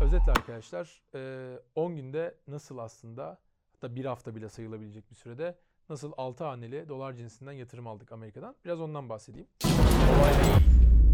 Özetle arkadaşlar 10 günde nasıl aslında hatta bir hafta bile sayılabilecek bir sürede nasıl 6 haneli dolar cinsinden yatırım aldık Amerika'dan. Biraz ondan bahsedeyim. Kolay değil.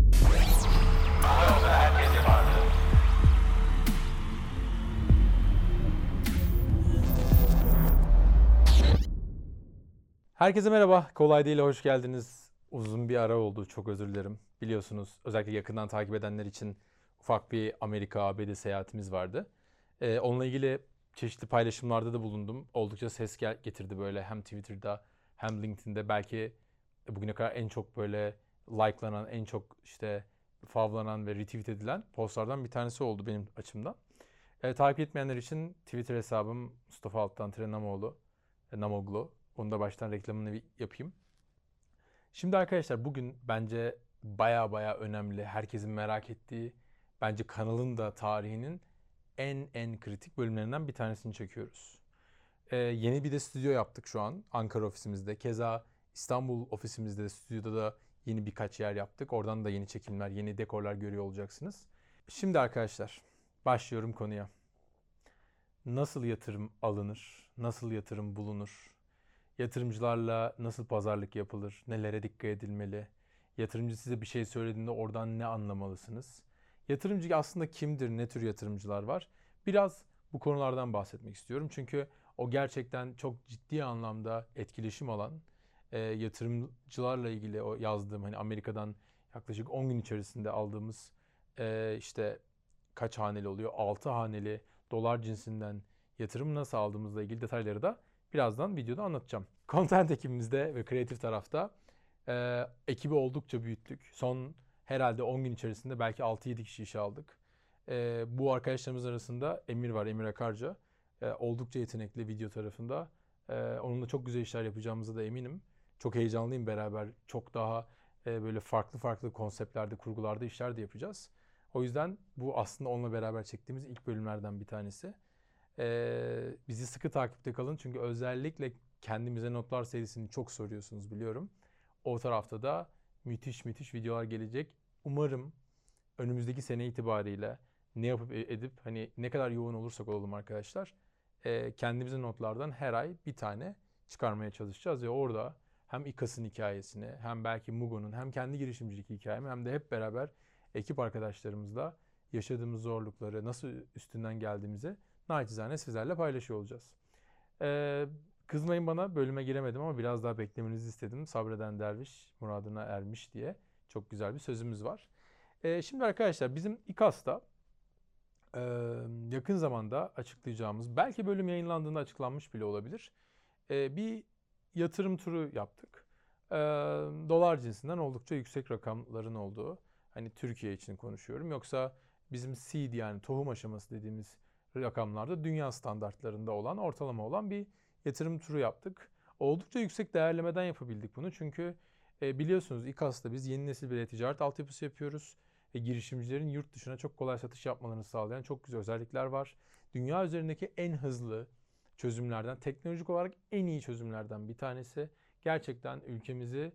Herkese merhaba. Kolay Değil'e hoş geldiniz. Uzun bir ara oldu. Çok özür dilerim. Biliyorsunuz özellikle yakından takip edenler için ufak bir Amerika ABD seyahatimiz vardı. Onunla ilgili çeşitli paylaşımlarda da bulundum. Oldukça ses getirdi böyle hem Twitter'da hem LinkedIn'de. Belki bugüne kadar en çok böyle likelanan, en çok işte favlanan ve retweet edilen postlardan bir tanesi oldu benim açımdan. Takip etmeyenler için Twitter hesabım Mustafa Altan Namoğlu, Namoglu. Onu da baştan reklamını bir yapayım. Şimdi arkadaşlar bugün bence baya önemli, herkesin merak ettiği, bence kanalın da tarihinin en kritik bölümlerinden bir tanesini çekiyoruz. Yeni bir de stüdyo yaptık şu an Ankara ofisimizde. Keza İstanbul ofisimizde de stüdyoda da yeni birkaç yer yaptık. Oradan da yeni çekimler, yeni dekorlar görüyor olacaksınız. Şimdi arkadaşlar başlıyorum konuya. Nasıl yatırım alınır? Nasıl yatırım bulunur? Yatırımcılarla nasıl pazarlık yapılır? Nelere dikkat edilmeli? Yatırımcı size bir şey söylediğinde oradan ne anlamalısınız? Yatırımcı aslında kimdir? Ne tür yatırımcılar var? Biraz bu konulardan bahsetmek istiyorum. Çünkü o gerçekten çok ciddi anlamda etkileşim alan yatırımcılarla ilgili o yazdığım hani Amerika'dan yaklaşık 10 gün içerisinde aldığımız işte kaç haneli oluyor? 6 haneli dolar cinsinden yatırım nasıl aldığımızla ilgili detayları da birazdan videoda anlatacağım. Content ekibimizde ve kreatif tarafta ekibi oldukça büyüttük. Son herhalde 10 gün içerisinde belki 6-7 kişi işe aldık. Bu arkadaşlarımız arasında Emir var, Emir Akarca. Oldukça yetenekli video tarafında. Onunla çok güzel işler yapacağımıza da eminim. Çok heyecanlıyım beraber. Çok daha böyle farklı konseptlerde, kurgularda işler de yapacağız. O yüzden bu aslında onunla beraber çektiğimiz ilk bölümlerden bir tanesi. Bizi sıkı takipte kalın çünkü özellikle kendimize notlar serisini çok soruyorsunuz biliyorum. O tarafta da müthiş videolar gelecek. Umarım önümüzdeki sene itibariyle ne yapıp edip hani ne kadar yoğun olursak olalım arkadaşlar kendimize notlardan her ay bir tane çıkarmaya çalışacağız ve orada hem İKAS'ın hikayesini hem belki Mugo'nun hem kendi girişimcilik hikayemi hem de hep beraber ekip arkadaşlarımızla yaşadığımız zorlukları nasıl üstünden geldiğimizi naçizane sizlerle paylaşıyor olacağız. Kızmayın bana bölüme giremedim ama biraz daha beklemenizi istedim. Sabreden derviş muradına ermiş diye çok güzel bir sözümüz var. Şimdi arkadaşlar bizim İKAS'ta yakın zamanda açıklayacağımız, belki bölüm yayınlandığında açıklanmış bile olabilir. Bir yatırım turu yaptık. Dolar cinsinden oldukça yüksek rakamların olduğu, hani Türkiye için konuşuyorum. Yoksa bizim seed yani tohum aşaması dediğimiz rakamlarda dünya standartlarında olan, ortalama olan bir yatırım turu yaptık. Oldukça yüksek değerlemeden yapabildik bunu. Çünkü biliyorsunuz İKAS'ta biz yeni nesil bir ticaret altyapısı yapıyoruz. Girişimcilerin yurt dışına çok kolay satış yapmalarını sağlayan çok güzel özellikler var. Dünya üzerindeki en hızlı çözümlerden, teknolojik olarak en iyi çözümlerden bir tanesi. Gerçekten ülkemizi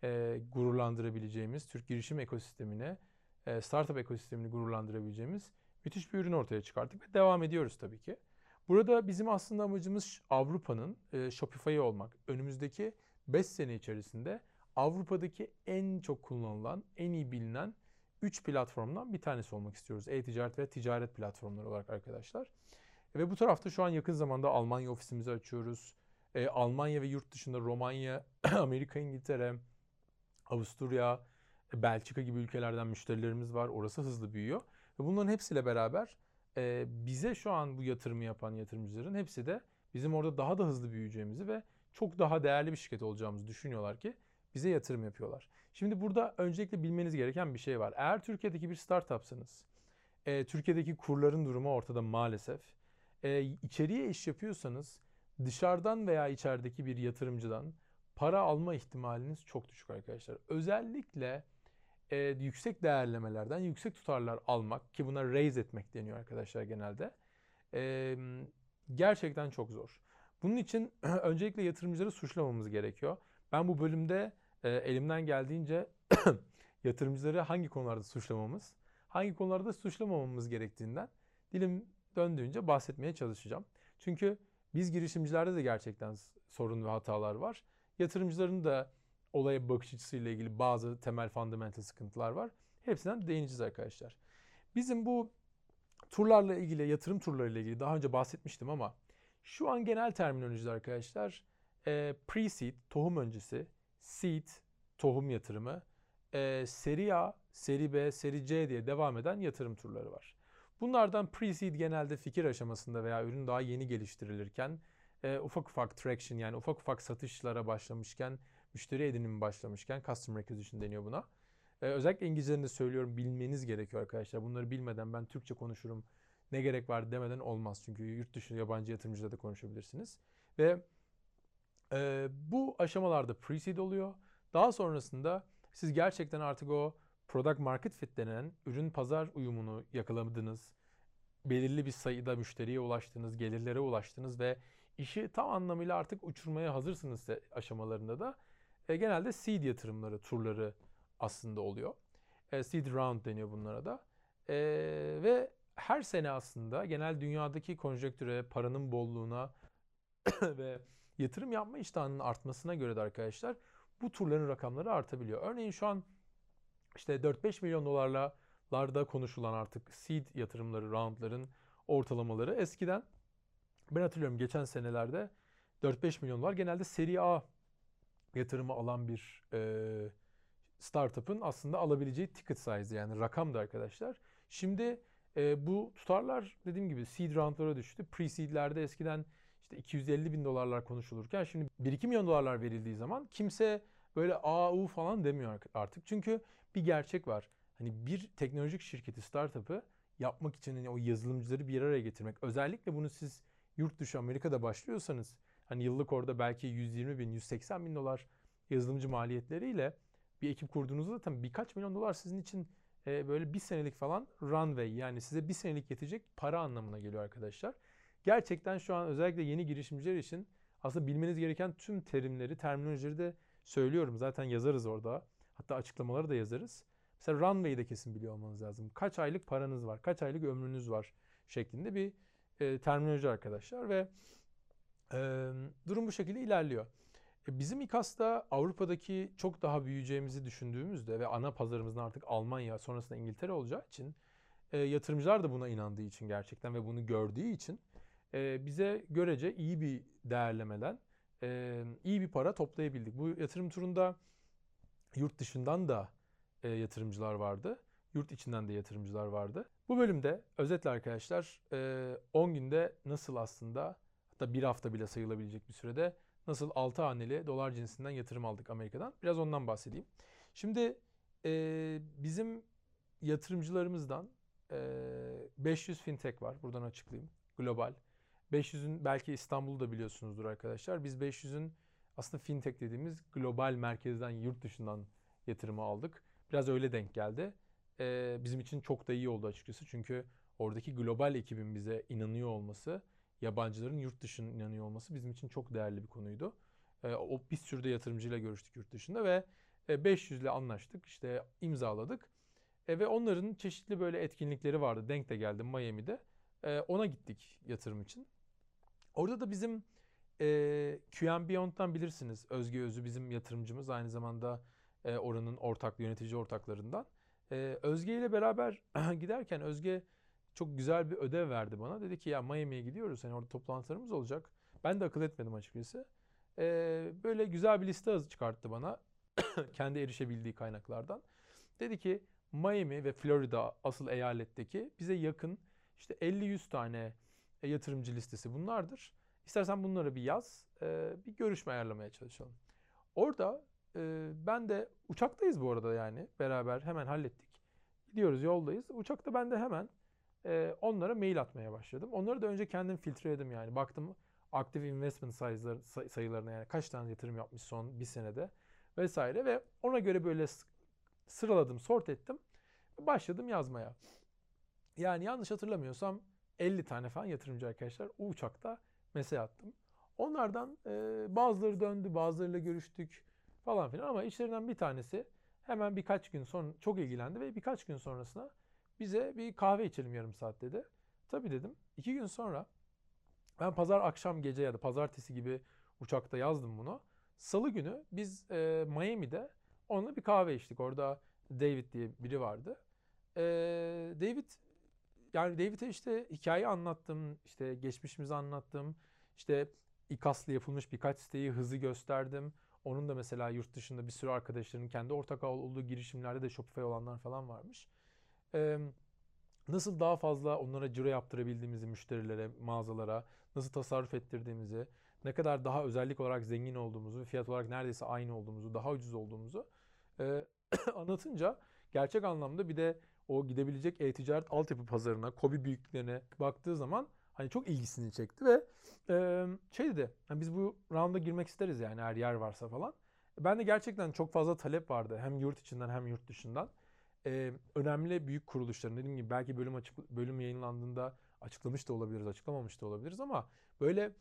gururlandırabileceğimiz, Türk girişim ekosistemine, startup ekosistemini gururlandırabileceğimiz müthiş bir ürün ortaya çıkarttık ve devam ediyoruz tabii ki. Burada bizim aslında amacımız Avrupa'nın Shopify'ı olmak. Önümüzdeki 5 sene içerisinde Avrupa'daki en çok kullanılan, en iyi bilinen 3 platformdan bir tanesi olmak istiyoruz. E-ticaret ve ticaret platformları olarak arkadaşlar. Ve bu tarafta şu an yakın zamanda Almanya ofisimizi açıyoruz. Almanya ve yurt dışında Romanya, Amerika, İngiltere, Avusturya, Belçika gibi ülkelerden müşterilerimiz var. Orası hızlı büyüyor. Ve bunların hepsiyle beraber bize şu an bu yatırımı yapan yatırımcıların hepsi de bizim orada daha da hızlı büyüyeceğimizi ve çok daha değerli bir şirket olacağımızı düşünüyorlar ki bize yatırım yapıyorlar. Şimdi burada öncelikle bilmeniz gereken bir şey var. Eğer Türkiye'deki bir startupsanız, Türkiye'deki kurların durumu ortada maalesef. İçeriye iş yapıyorsanız dışarıdan veya içerideki bir yatırımcıdan para alma ihtimaliniz çok düşük arkadaşlar. Özellikle yüksek değerlemelerden yüksek tutarlar almak ki buna raise etmek deniyor arkadaşlar genelde. E, Gerçekten çok zor. Bunun için öncelikle yatırımcıları suçlamamız gerekiyor. Ben bu bölümde elimden geldiğince yatırımcıları hangi konularda suçlamamız, hangi konularda suçlamamamız gerektiğinden dilim döndüğünce bahsetmeye çalışacağım. Çünkü biz girişimcilerde de gerçekten sorun ve hatalar var. Yatırımcıların da olaya bakış açısıyla ilgili bazı temel fundamental sıkıntılar var. Hepsinden değineceğiz arkadaşlar. Bizim bu turlarla ilgili, yatırım turlarıyla ilgili daha önce bahsetmiştim ama şu an genel terminolojiler arkadaşlar pre-seed, tohum öncesi, seed, tohum yatırımı, seri A, seri B, seri C diye devam eden yatırım turları var. Bunlardan pre-seed genelde fikir aşamasında veya ürün daha yeni geliştirilirken ufak ufak traction yani ufak ufak satışlara başlamışken, müşteri edinimi başlamışken customer acquisition deniyor buna. Özellikle İngilizce'de söylüyorum bilmeniz gerekiyor arkadaşlar. Bunları bilmeden ben Türkçe konuşurum ne gerek var demeden olmaz. Çünkü yurt dışı yabancı yatırımcılarla da konuşabilirsiniz. Ve bu aşamalarda pre-seed oluyor. Daha sonrasında siz gerçekten artık o product market fit denen ürün pazar uyumunu yakaladınız. Belirli bir sayıda müşteriye ulaştınız, gelirlere ulaştınız ve işi tam anlamıyla artık uçurmaya hazırsınız aşamalarında da genelde seed yatırımları, turları aslında oluyor. Seed round deniyor bunlara da. Ve her sene aslında genel dünyadaki konjonktüre, paranın bolluğuna ve yatırım yapma iştahının artmasına göre de arkadaşlar bu turların rakamları artabiliyor. Örneğin şu an işte 4-5 milyon dolarlarda konuşulan artık seed yatırımları, roundların ortalamaları eskiden ben hatırlıyorum geçen senelerde 4-5 milyon dolar genelde seri A yatırımı alan bir startup'ın aslında alabileceği ticket size yani rakamdı arkadaşlar. Şimdi bu tutarlar dediğim gibi seed roundlara düştü. Pre-seed'lerde eskiden işte 250 bin dolarlar konuşulurken şimdi 1-2 milyon dolarlar verildiği zaman kimse böyle AU falan demiyor artık. Çünkü bir gerçek var. Hani bir teknolojik şirketi, startup'ı yapmak için hani o yazılımcıları bir araya getirmek. Özellikle bunu siz yurt dışı Amerika'da başlıyorsanız hani yıllık orada belki 120 bin, 180 bin dolar yazılımcı maliyetleriyle bir ekip kurduğunuzda tabii birkaç milyon dolar sizin için böyle bir senelik falan runway yani size bir senelik yetecek para anlamına geliyor arkadaşlar. Gerçekten şu an özellikle yeni girişimciler için aslında bilmeniz gereken tüm terimleri, terminolojileri de söylüyorum. Zaten yazarız orada. Hatta açıklamaları da yazarız. Mesela runway'i de kesin biliyor olmanız lazım. Kaç aylık paranız var, kaç aylık ömrünüz var şeklinde bir terminoloji arkadaşlar ve durum bu şekilde ilerliyor. Bizim İKAS'ta Avrupa'daki çok daha büyüyeceğimizi düşündüğümüzde ve ana pazarımızın artık Almanya sonrasında İngiltere olacağı için yatırımcılar da buna inandığı için gerçekten ve bunu gördüğü için bize görece iyi bir değerlemeden iyi bir para toplayabildik. Bu yatırım turunda yurt dışından da yatırımcılar vardı. Yurt içinden de yatırımcılar vardı. Bu bölümde özetle arkadaşlar 10 günde nasıl aslında hatta bir hafta bile sayılabilecek bir sürede nasıl 6 haneli dolar cinsinden yatırım aldık Amerika'dan. Biraz ondan bahsedeyim. Şimdi bizim yatırımcılarımızdan 500 fintech var. Buradan açıklayayım. Global. 500'ün belki İstanbul'u da biliyorsunuzdur arkadaşlar. Biz 500'ün aslında fintech dediğimiz global merkezden, yurt dışından yatırımı aldık. Biraz öyle denk geldi. Bizim için çok da iyi oldu açıkçası. Çünkü oradaki global ekibin bize inanıyor olması, yabancıların yurt dışının inanıyor olması bizim için çok değerli bir konuydu. O bir sürü de yatırımcıyla görüştük yurt dışında ve 500 ile anlaştık. İşte imzaladık. Ve onların çeşitli böyle etkinlikleri vardı. Denk de geldim Miami'de. Ona gittik yatırım için. Orada da bizim QM Beyond'dan bilirsiniz. Özge Özü bizim yatırımcımız. Aynı zamanda oranın yönetici ortaklarından. Özge ile beraber giderken Özge çok güzel bir ödev verdi bana. Dedi ki ya Miami'ye gidiyoruz. Hani orada toplantılarımız olacak. Ben de akıl etmedim açıkçası. Böyle güzel bir liste çıkarttı bana. Kendi erişebildiği kaynaklardan. Dedi ki Miami ve Florida asıl eyaletteki bize yakın işte 50-100 tane yatırımcı listesi bunlardır. İstersen bunları bir yaz, bir görüşme ayarlamaya çalışalım. Orada ben de uçaktayız bu arada yani beraber hemen hallettik. Gidiyoruz yoldayız. Uçakta ben de hemen onlara mail atmaya başladım. Onları da önce kendim filtreledim yani. Baktım aktif investment sayılarına yani kaç tane yatırım yapmış son bir senede vesaire ve ona göre böyle sıraladım, sort ettim. Başladım yazmaya. Yani yanlış hatırlamıyorsam 50 tane falan yatırımcı arkadaşlar o uçakta mesaj attım. Onlardan bazıları döndü, bazılarıyla görüştük falan filan ama içlerinden bir tanesi hemen birkaç gün sonra çok ilgilendi ve birkaç gün sonrasında bize bir kahve içelim yarım saat dedi. Tabii dedim. 2 gün sonra ben pazar akşam gece ya da pazartesi gibi uçakta yazdım bunu. Salı günü biz Miami'de onunla bir kahve içtik. Orada David diye biri vardı. E, David Yani David'e işte hikaye anlattım, işte geçmişimizi anlattım, işte İKAS'la yapılmış birkaç siteyi hızı gösterdim. Onun da mesela yurt dışında bir sürü arkadaşlarının kendi ortak olduğu girişimlerde de Shopify olanlar falan varmış. Ee, Nasıl daha fazla onlara ciro yaptırabildiğimizi müşterilere, mağazalara, nasıl tasarruf ettirdiğimizi, ne kadar daha özellik olarak zengin olduğumuzu, fiyat olarak neredeyse aynı olduğumuzu, daha ucuz olduğumuzu e, anlatınca gerçek anlamda bir de o gidebilecek e-ticaret altyapı pazarına, KOBİ büyüklüklerine baktığı zaman hani çok ilgisini çekti ve şey dedi, hani biz bu rounda girmek isteriz yani eğer yer varsa falan. Ben de gerçekten çok fazla talep vardı hem yurt içinden hem yurt dışından. Önemli büyük kuruluşların dediğim gibi belki bölüm yayınlandığında açıklamış da olabiliriz, açıklamamış da olabiliriz ama böyle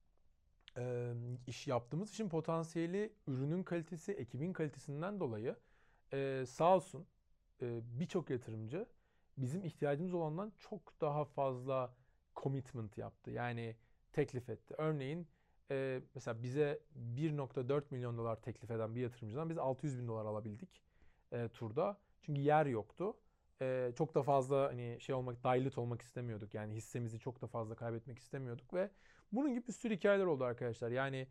iş yaptığımız işin potansiyeli, ürünün kalitesi, ekibin kalitesinden dolayı sağ olsun birçok yatırımcı bizim ihtiyacımız olandan çok daha fazla commitment yaptı. Yani teklif etti. Örneğin mesela bize 1,4 milyon dolar teklif eden bir yatırımcıdan biz 600 bin dolar alabildik turda. Çünkü yer yoktu. Çok da fazla hani dilute olmak istemiyorduk. Yani hissemizi çok da fazla kaybetmek istemiyorduk ve bunun gibi bir sürü hikayeler oldu arkadaşlar. Yani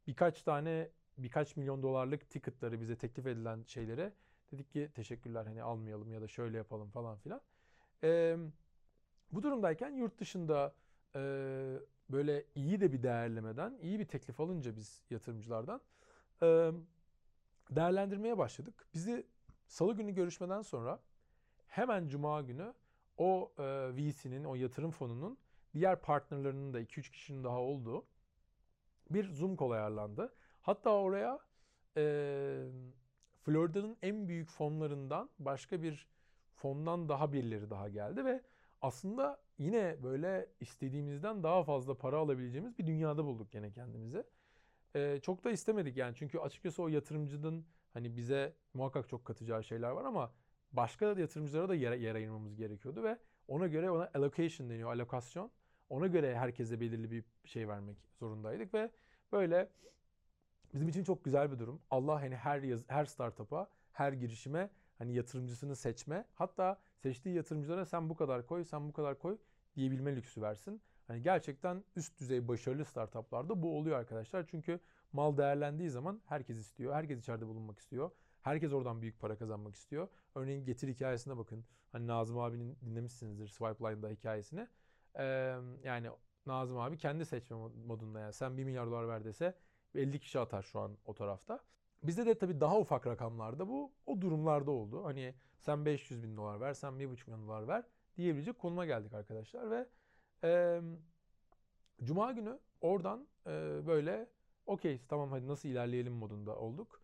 birkaç milyon dolarlık ticket'ları bize teklif edilen şeylere dedik ki teşekkürler hani almayalım ya da şöyle yapalım falan filan. Ee, Bu durumdayken yurt dışında e, böyle iyi de bir değerlemeden iyi bir teklif alınca biz yatırımcılardan e, değerlendirmeye başladık. Bizi Salı günü görüşmeden sonra hemen Cuma günü o VC'nin, o yatırım fonunun diğer partnerlerinin de 2-3 kişinin daha olduğu bir Zoom call ayarlandı. Hatta oraya e, Florida'nın en büyük fonlarından başka bir fondan daha birileri daha geldi ve aslında yine böyle istediğimizden daha fazla para alabileceğimiz bir dünyada bulduk gene kendimizi. Çok da istemedik yani çünkü açıkçası o yatırımcının hani bize muhakkak çok katacağı şeyler var ama başka yatırımcılara da yer ayırmamız gerekiyordu ve ona göre ona allocation deniyor, alokasyon. Ona göre herkese belirli bir şey vermek zorundaydık ve böyle bizim için çok güzel bir durum. Allah hani her startup'a, her girişime hani yatırımcısını seçme. Hatta seçtiği yatırımcılara sen bu kadar koy, sen bu kadar koy diyebilme lüksü versin. Hani gerçekten üst düzey başarılı startuplarda bu oluyor arkadaşlar. Çünkü mal değerlendiği zaman herkes istiyor. Herkes içeride bulunmak istiyor. Herkes oradan büyük para kazanmak istiyor. Örneğin Getir hikayesine bakın. Hani Nazım abinin dinlemişsinizdir Swipeline'da hikayesini. Ee, Yani Nazım abi kendi seçme modunda yani. Sen 1 milyar dolar ver dese 50 kişi atar şu an o tarafta. Bizde de tabii daha ufak rakamlarda bu o durumlarda oldu. Hani sen 500 bin dolar ver, sen 1,5 milyon dolar ver diyebilecek konuma geldik arkadaşlar ve e, Cuma günü oradan böyle okey tamam hadi nasıl ilerleyelim modunda olduk.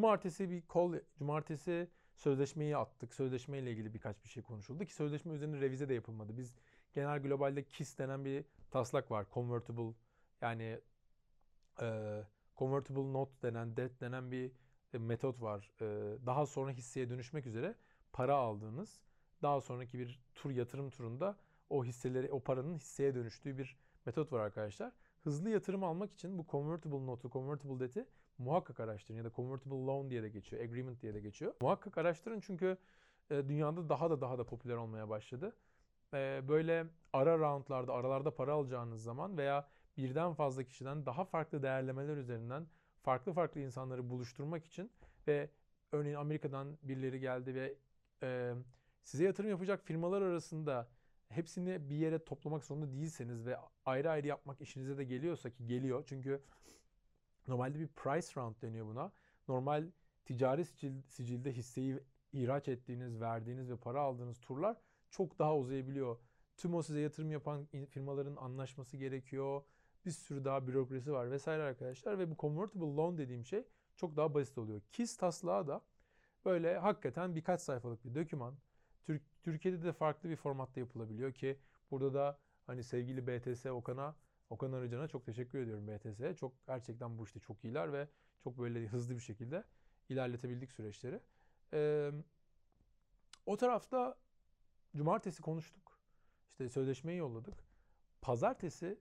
Cumartesi sözleşmeyi attık. Sözleşmeyle ilgili birkaç bir şey konuşuldu ki sözleşme üzerine revize de yapılmadı. Biz genel globalde KISS denen bir taslak var. Convertible yani e, convertible note denen, debt denen bir metot var. Daha sonra hisseye dönüşmek üzere para aldığınız, daha sonraki bir yatırım turunda o hisseleri, o paranın hisseye dönüştüğü bir metot var arkadaşlar. Hızlı yatırım almak için bu convertible note'u, convertible debt'i muhakkak araştırın ya da convertible loan diye de geçiyor, agreement diye de geçiyor. Muhakkak araştırın çünkü dünyada daha da popüler olmaya başladı. Böyle aralarda para alacağınız zaman veya birden fazla kişiden daha farklı değerlemeler üzerinden farklı insanları buluşturmak için ve örneğin Amerika'dan birileri geldi ve e, size yatırım yapacak firmalar arasında hepsini bir yere toplamak zorunda değilseniz ve ayrı ayrı yapmak işinize de geliyorsa ki geliyor çünkü normalde bir price round deniyor buna. Normal ticari sicilde hisseyi ihraç ettiğiniz, verdiğiniz ve para aldığınız turlar çok daha uzayabiliyor. Tüm o size yatırım yapan firmaların anlaşması gerekiyor. Bir sürü daha bürokrasi var vesaire arkadaşlar ve bu convertible loan dediğim şey çok daha basit oluyor. KISS taslağı da böyle hakikaten birkaç sayfalık bir doküman. Türkiye'de de farklı bir formatta yapılabiliyor ki burada da hani sevgili BTS Okan Arıcan'a çok teşekkür ediyorum BTS'ye. Çok gerçekten bu işte çok iyiler ve çok böyle hızlı bir şekilde ilerletebildik süreçleri. Ee, O tarafta cumartesi konuştuk. İşte İşte sözleşmeyi yolladık. Pazartesi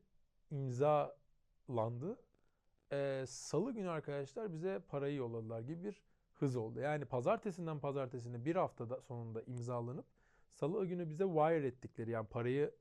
imzalandı. Salı günü arkadaşlar bize parayı yolladılar gibi bir hız oldu. Yani pazartesinden pazartesine bir haftada sonunda imzalanıp salı günü bize wire ettikleri, yani parayı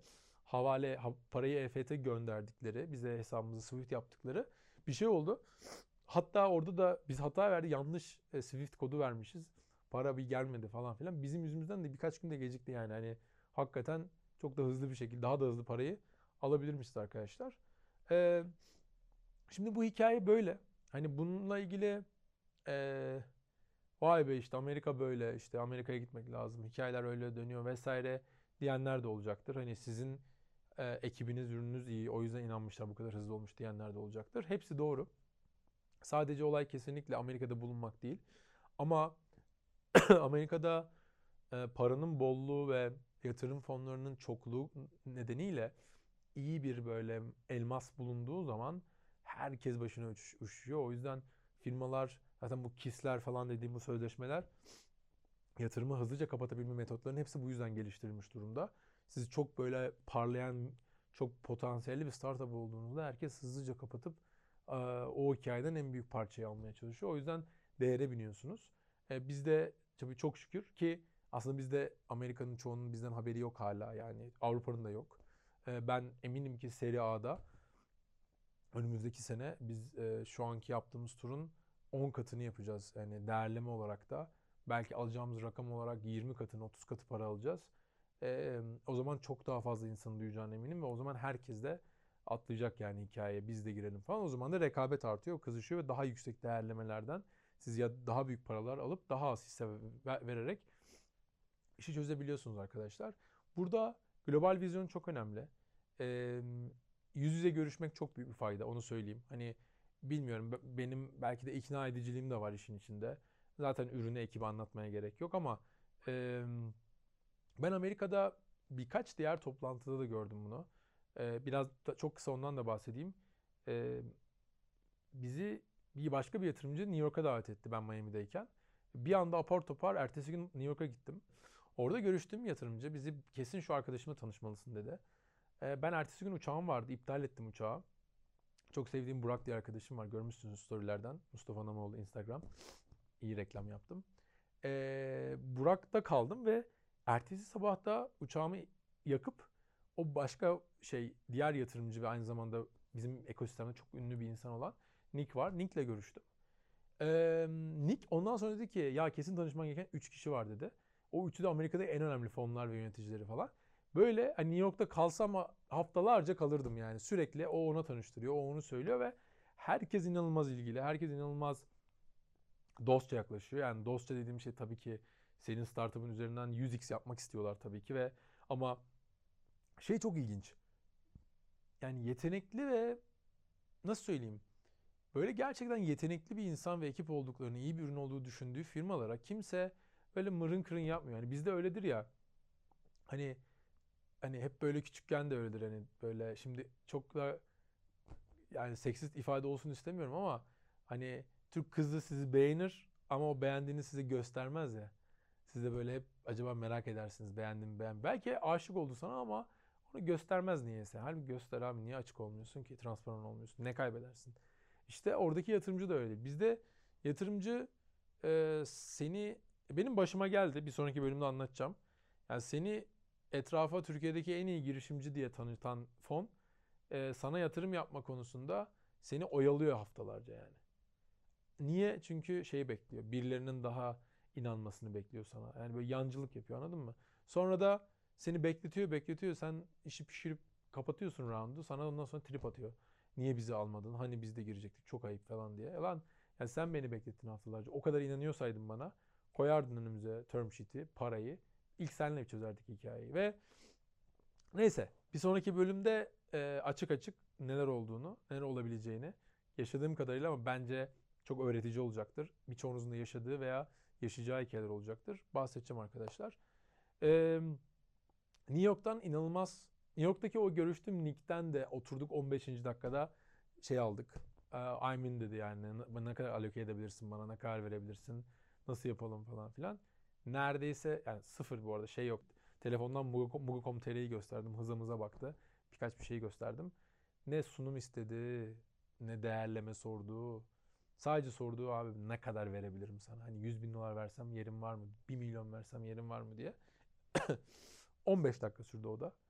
parayı EFT gönderdikleri, bize hesabımızı Swift yaptıkları bir şey oldu. Hatta orada da biz hata verdi, yanlış Swift kodu vermişiz. Para bir gelmedi falan filan. Bizim yüzümüzden de birkaç günde gecikti yani. Hani hakikaten çok da hızlı bir şekilde, daha da hızlı parayı alabilirmişiz arkadaşlar. Ee, Şimdi bu hikaye böyle. Hani bununla ilgili ee, vay be işte Amerika böyle, işte Amerika'ya gitmek lazım, hikayeler öyle dönüyor vesaire diyenler de olacaktır. Hani sizin ekibiniz, ürününüz iyi, o yüzden inanmışlar, bu kadar hızlı olmuş diyenler de olacaktır. Hepsi doğru. Sadece olay kesinlikle Amerika'da bulunmak değil. Ama Amerika'da paranın bolluğu ve yatırım fonlarının çokluğu nedeniyle iyi bir böyle elmas bulunduğu zaman herkes başına üşüyor. O yüzden firmalar, zaten bu KİS'ler falan dediğim bu sözleşmeler, yatırımı hızlıca kapatabilme metotlarının hepsi bu yüzden geliştirilmiş durumda. Siz çok böyle parlayan, çok potansiyelli bir startup olduğunuzda herkes hızlıca kapatıp o hikayeden en büyük parçayı almaya çalışıyor. O yüzden değere biniyorsunuz. Biz de tabii çok şükür ki aslında bizde Amerika'nın çoğunun bizden haberi yok hala, yani Avrupa'nın da yok. Ben eminim ki Serie A'da önümüzdeki sene biz şu anki yaptığımız turun 10 katını yapacağız. Yani değerleme olarak da belki alacağımız rakam olarak 20 katını, 30 katı para alacağız. O zaman çok daha fazla insanı duyacağına eminim ve o zaman herkes de atlayacak yani hikayeye, biz de girelim falan. O zaman da rekabet artıyor, kızışıyor ve daha yüksek değerlemelerden siz ya daha büyük paralar alıp daha az hisse vererek işi çözebiliyorsunuz arkadaşlar. Burada global vizyon çok önemli. Ee, Yüz yüze görüşmek çok büyük bir fayda, onu söyleyeyim. Hani bilmiyorum, benim belki de ikna ediciliğim de var işin içinde. Zaten ürünü ekibe anlatmaya gerek yok ama e, ben Amerika'da birkaç diğer toplantıda da gördüm bunu. Biraz da, çok kısa ondan da bahsedeyim. Ee, Bizi bir başka bir yatırımcı New York'a davet etti ben Miami'deyken. Bir anda apar topar ertesi gün New York'a gittim. Orada görüştüğüm yatırımcı bizi kesin şu arkadaşımla tanışmalısın dedi. Ben ertesi gün uçağım vardı, iptal ettim uçağı. Çok sevdiğim Burak diye arkadaşım var, görmüşsünüz storylerden. Mustafa Namoğlu Instagram. İyi reklam yaptım. Burak'ta kaldım ve ertesi sabah da uçağımı yakıp o başka diğer yatırımcı ve aynı zamanda bizim ekosistemde çok ünlü bir insan olan Nick var. Nick'le görüştüm. Nick ondan sonra dedi ki ya kesin danışman gereken 3 kişi var dedi. O üçü de Amerika'da en önemli fonlar ve yöneticileri falan. Böyle hani New York'ta kalsam haftalarca kalırdım yani. Sürekli o ona tanıştırıyor, o onu söylüyor ve herkes inanılmaz ilgili. Herkes inanılmaz dostça yaklaşıyor. Yani dostça dediğim şey tabii ki senin startup'ın üzerinden 100x yapmak istiyorlar tabii ki ve ama çok ilginç. Yani yetenekli ve nasıl söyleyeyim? Böyle gerçekten yetenekli bir insan ve ekip olduklarını, iyi bir ürün olduğu düşündüğü firmalara kimse böyle mırın kırın yapmıyor. Yani bizde öyledir ya. Hani hep böyle küçükken de öyledir, hani böyle şimdi çok da yani seksist ifade olsun istemiyorum ama hani Türk kızı sizi beğenir ama o beğendiğini size göstermez ya. Siz de böyle hep acaba merak edersiniz, beğendim mi beğen. Belki aşık oldu sana ama onu göstermez niyeyse. Halbuki göster abi, niye açık olmuyorsun ki, transparan olmuyorsun, ne kaybedersin? İşte oradaki yatırımcı da öyle. Bizde yatırımcı benim başıma geldi, bir sonraki bölümde anlatacağım. Yani seni etrafa Türkiye'deki en iyi girişimci diye tanıtan fon sana yatırım yapma konusunda seni oyalıyor haftalarca yani. Niye? Çünkü bekliyor. Birilerinin daha inanmasını bekliyor sana. Yani böyle yancılık yapıyor, anladın mı? Sonra da seni bekletiyor. Sen işi pişirip kapatıyorsun roundu. Sana ondan sonra trip atıyor. Niye bizi almadın? Hani biz de girecektik. Çok ayıp falan diye. Lan yani sen beni beklettin haftalarca. O kadar inanıyorsaydın bana, koyardın önümüze term sheet'i, parayı. İlk seninle çözerdik hikayeyi. Ve neyse, bir sonraki bölümde açık açık neler olduğunu, neler olabileceğini yaşadığım kadarıyla, ama bence çok öğretici olacaktır. Birçoğunuzun da yaşadığı veya yaşayacağı hikayeler olacaktır. Bahsedeceğim arkadaşlar. E, New York'tan New York'taki o görüştüğüm Nick'ten de oturduk 15. dakikada aldık. I'm in dedi yani. Ne kadar aloke edebilirsin bana, ne kadar verebilirsin, nasıl yapalım falan filan. Neredeyse yani sıfır, bu arada yok. Telefondan Mugo.com.tr'yi gösterdim. Hızımıza baktı. Birkaç bir şey gösterdim. Ne sunum istedi, ne değerleme sordu. Sadece sorduğu abi ne kadar verebilirim sana? Hani 100 bin dolar versem yerim var mı? 1 milyon versem yerim var mı diye. 15 dakika sürdü o da.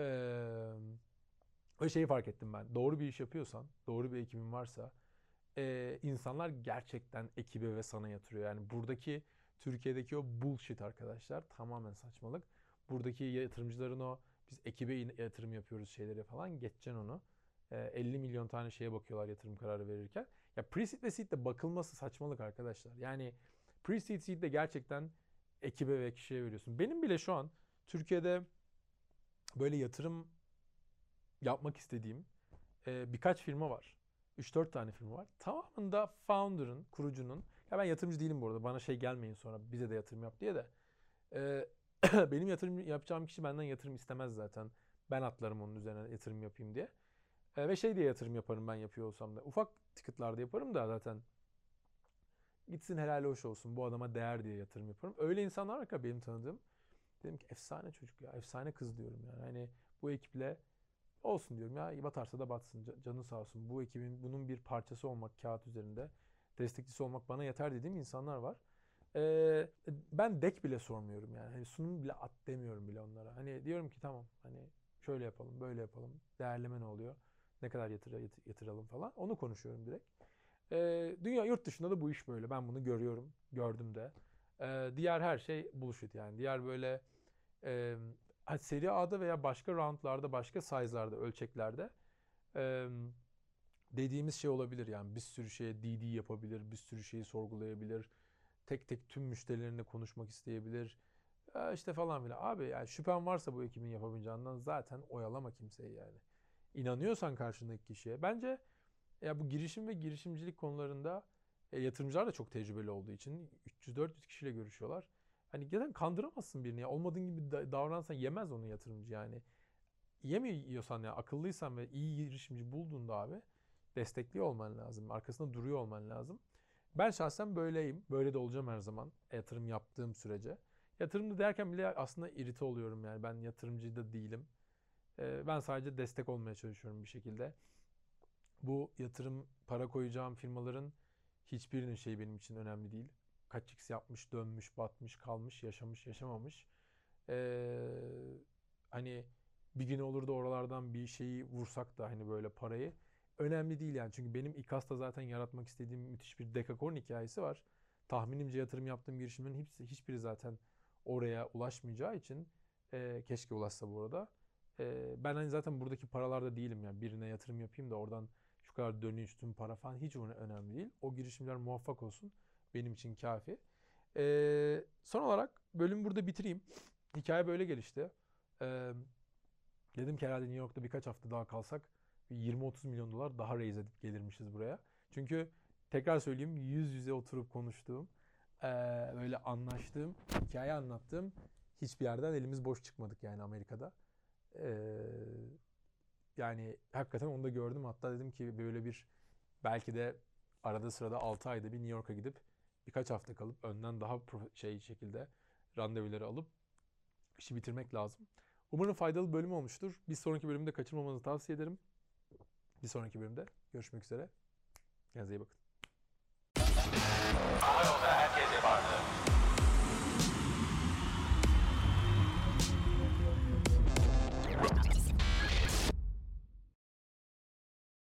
Ve şeyi fark ettim ben. Doğru bir iş yapıyorsan, doğru bir ekibin varsa insanlar gerçekten ekibe ve sana yatırıyor. Yani buradaki Türkiye'deki o bullshit arkadaşlar tamamen saçmalık. Buradaki yatırımcıların o biz ekibe yatırım yapıyoruz şeyleri falan geçeceksin onu. 50 milyon tane şeye bakıyorlar yatırım kararı verirken. Ya pre-seed ve seed de bakılması saçmalık arkadaşlar. Yani pre-seed seed de gerçekten ekibe ve kişiye veriyorsun. Benim bile şu an Türkiye'de böyle yatırım yapmak istediğim birkaç firma var. 3-4 tane firma var. Tamamında founder'ın, kurucunun, ya ben yatırımcı değilim bu arada. Bana şey gelmeyin sonra bize de yatırım yap diye de. E, benim yatırım yapacağım kişi benden yatırım istemez zaten. Ben atlarım onun üzerine yatırım yapayım diye. Ve şey diye yatırım yaparım ben yapıyor olsam da. Ufak ticket'larda yaparım da zaten. Gitsin helal hoş olsun bu adama değer diye yatırım yaparım. Öyle insanlar var ki benim tanıdığım. Dedim ki efsane çocuk ya, efsane kız diyorum yani. Hani bu ekiple olsun diyorum ya batarsa da batsın canı sağ olsun. Bu ekibin bunun bir parçası olmak kağıt üzerinde destekçisi olmak bana yeter dediğim insanlar var. Ben dek bile sormuyorum yani. Hani sunum bile at demiyorum bile onlara. Hani diyorum ki tamam hani şöyle yapalım böyle yapalım. Değerleme ne oluyor? Ne kadar yatıralım falan. Onu konuşuyorum direkt. Dünya yurt dışında da bu iş böyle. Ben bunu görüyorum. Gördüm de. Diğer her şey bullshit yani. Diğer böyle e, Serie A'da veya başka roundlarda, başka size'larda, ölçeklerde e, dediğimiz şey olabilir. Yani bir sürü şeye DD yapabilir, bir sürü şeyi sorgulayabilir. Tek tek tüm müşterilerine konuşmak isteyebilir. İşte falan filan. Abi yani şüphen varsa bu ekibin yapabileceğinden zaten oyalama kimseyi yani. İnanıyorsan karşındaki kişiye. Bence ya bu girişim ve girişimcilik konularında yatırımcılar da çok tecrübeli olduğu için 300-400 kişiyle görüşüyorlar. Hani zaten kandıramazsın birini ya. Olmadığın gibi davransan yemez onu yatırımcı yani. Yemiyorsan ya akıllıysan ve iyi girişimci bulduğunda abi destekli olman lazım. Arkasında duruyor olman lazım. Ben şahsen böyleyim. Böyle de olacağım her zaman yatırım yaptığım sürece. Yatırımda derken bile aslında irite oluyorum yani. Ben yatırımcı da değilim. Ben sadece destek olmaya çalışıyorum bir şekilde. Bu yatırım para koyacağım firmaların hiçbirinin şey benim için önemli değil. Kaç x yapmış, dönmüş, batmış, kalmış, yaşamış, yaşamamış. Ee, Hani bir gün olur da oralardan bir şeyi vursak da hani böyle parayı önemli değil yani. Çünkü benim İKAS'ta zaten yaratmak istediğim müthiş bir dekakorn hikayesi var. Tahminimce yatırım yaptığım girişimlerin hiçbiri zaten oraya ulaşmayacağı için keşke ulaşsa bu arada. Ben hani zaten buradaki paralarda değilim yani birine yatırım yapayım da oradan şu kadar dönüştüm para falan hiç önemli değil. O girişimler muvaffak olsun benim için kafi. Son olarak bölümü burada bitireyim. Hikaye böyle gelişti. Ee, Dedim ki herhalde New York'ta birkaç hafta daha kalsak 20-30 milyon dolar daha raise edip gelirmişiz buraya. Çünkü tekrar söyleyeyim yüz yüze oturup konuştuğum, böyle anlaştığım, hikaye anlattığım hiçbir yerden elimiz boş çıkmadık yani Amerika'da. Ee, Yani hakikaten onu da gördüm. Hatta dedim ki böyle bir belki de arada sırada 6 ayda bir New York'a gidip birkaç hafta kalıp önden daha şey şekilde randevuları alıp işi bitirmek lazım. Umarım faydalı bölüm olmuştur. Bir sonraki bölümde kaçırmamanızı tavsiye ederim. Bir sonraki bölümde görüşmek üzere. Kendinize iyi bakın. Hava yolda herkese vardı.